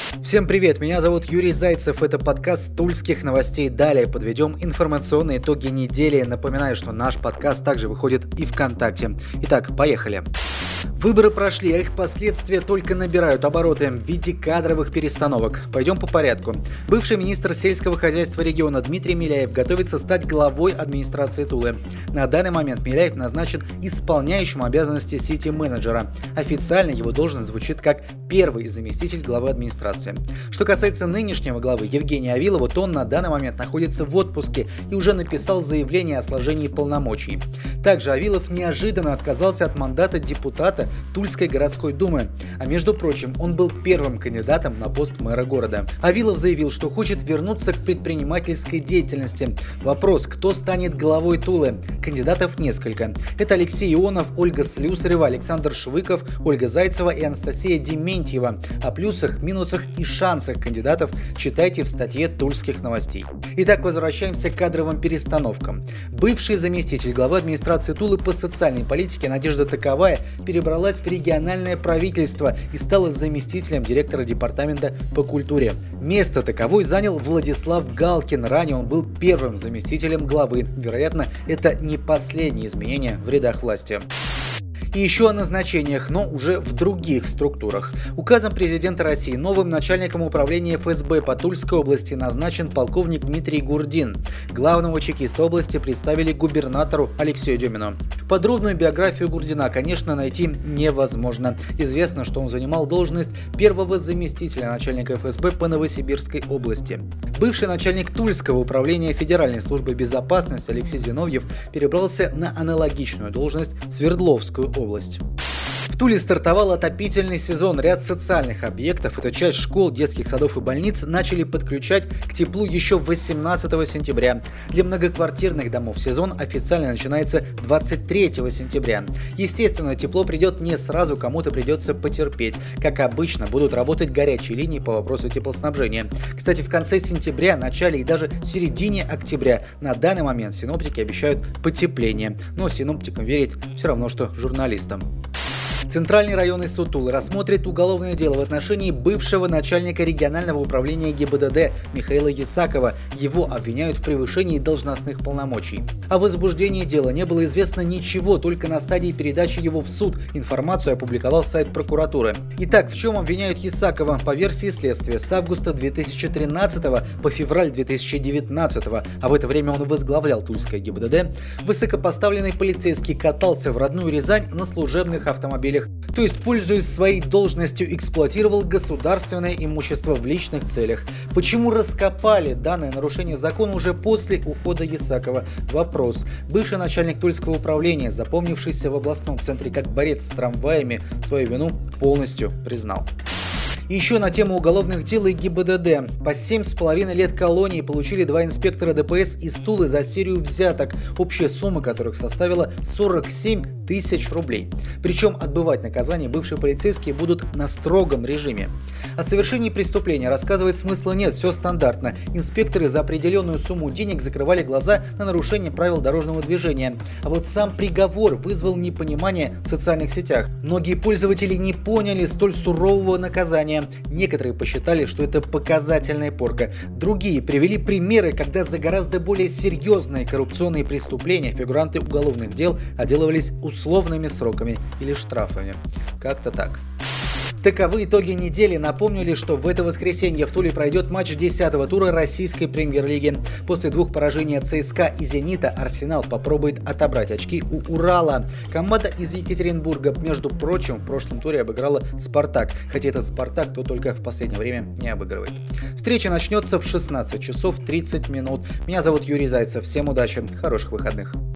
Всем привет, меня зовут Юрий Зайцев, это подкаст Тульских новостей. Далее подведем информационные итоги недели. Напоминаю, что наш подкаст также выходит и ВКонтакте. Итак, поехали. Выборы прошли, а их последствия только набирают обороты в виде кадровых перестановок. Пойдем по порядку. Бывший министр сельского хозяйства региона Дмитрий Миляев готовится стать главой администрации Тулы. На данный момент Миляев назначен исполняющим обязанности сити-менеджера. Официально его должность звучит как первый заместитель главы администрации. Что касается нынешнего главы Евгения Авилова, то он на данный момент находится в отпуске и уже написал заявление о сложении полномочий. Также Авилов неожиданно отказался от мандата депутата Тульской городской думы. А между прочим, он был первым кандидатом на пост мэра города. Авилов заявил, что хочет вернуться к предпринимательской деятельности. Вопрос, кто станет главой Тулы? Кандидатов несколько. Это Алексей Ионов, Ольга Слюсарева, Александр Швыков, Ольга Зайцева и Анастасия Дементьева. О плюсах, минусах и шансах кандидатов читайте в статье Тульских новостей. Итак, возвращаемся к кадровым перестановкам. Бывший заместитель главы администрации Тулы по социальной политике Надежда Таковая перебралась в региональное правительство и стала заместителем директора департамента по культуре. Место Таковой занял Владислав Галкин. Ранее он был первым заместителем главы. Вероятно, это не последние изменения в рядах власти. И еще о назначениях, но уже в других структурах. Указом президента России новым начальником управления ФСБ по Тульской области назначен полковник Дмитрий Гурдин. Главного чекиста области представили губернатору Алексею Дюмину. Подробную биографию Гурдина, конечно, найти невозможно. Известно, что он занимал должность первого заместителя начальника ФСБ по Новосибирской области. Бывший начальник Тульского управления Федеральной службы безопасности Алексей Зиновьев перебрался на аналогичную должность в Свердловскую область. В Туле стартовал отопительный сезон. Ряд социальных объектов, это часть школ, детских садов и больниц, начали подключать к теплу еще 18 сентября. Для многоквартирных домов сезон официально начинается 23 сентября. Естественно, тепло придет не сразу, кому-то придется потерпеть. Как обычно, будут работать горячие линии по вопросу теплоснабжения. Кстати, в конце сентября, начале и даже середине октября на данный момент синоптики обещают потепление. Но синоптикам верить все равно, что журналистам. Центральный районный суд Тулы рассмотрит уголовное дело в отношении бывшего начальника регионального управления ГИБДД Михаила Ясакова. Его обвиняют в превышении должностных полномочий. О возбуждении дела не было известно ничего, только на стадии передачи его в суд. Информацию опубликовал сайт прокуратуры. Итак, в чем обвиняют Ясакова? По версии следствия, с августа 2013 по февраль 2019, а в это время он возглавлял Тульское ГИБДД, высокопоставленный полицейский катался в родную Рязань на служебных автомобилях. То есть, пользуясь своей должностью, эксплуатировал государственное имущество в личных целях. Почему раскопали данное нарушение закона уже после ухода Ясакова? Вопрос. Бывший начальник Тульского управления, запомнившийся в областном центре как борец с трамваями, свою вину полностью признал. Еще на тему уголовных дел и ГИБДД. По 7,5 лет колонии получили два инспектора ДПС из Тулы за серию взяток, общая сумма которых составила 47 тысяч рублей. Причем отбывать наказание бывшие полицейские будут на строгом режиме. О совершении преступления рассказывать смысла нет, все стандартно. Инспекторы за определенную сумму денег закрывали глаза на нарушение правил дорожного движения. А вот сам приговор вызвал непонимание в социальных сетях. Многие пользователи не поняли столь сурового наказания. Некоторые посчитали, что это показательная порка. Другие привели примеры, когда за гораздо более серьезные коррупционные преступления фигуранты уголовных дел отделывались условными сроками или штрафами. Как-то так. Таковы итоги недели. Напомнили, что в это воскресенье в Туле пройдет матч 10-го тура российской премьер-лиги. После двух поражений от ЦСКА и Зенита Арсенал попробует отобрать очки у Урала. Команда из Екатеринбурга, между прочим, в прошлом туре обыграла Спартак. Хотя этот Спартак то только в последнее время не обыгрывает. Встреча начнется в 16 часов 30 минут. Меня зовут Юрий Зайцев. Всем удачи, хороших выходных.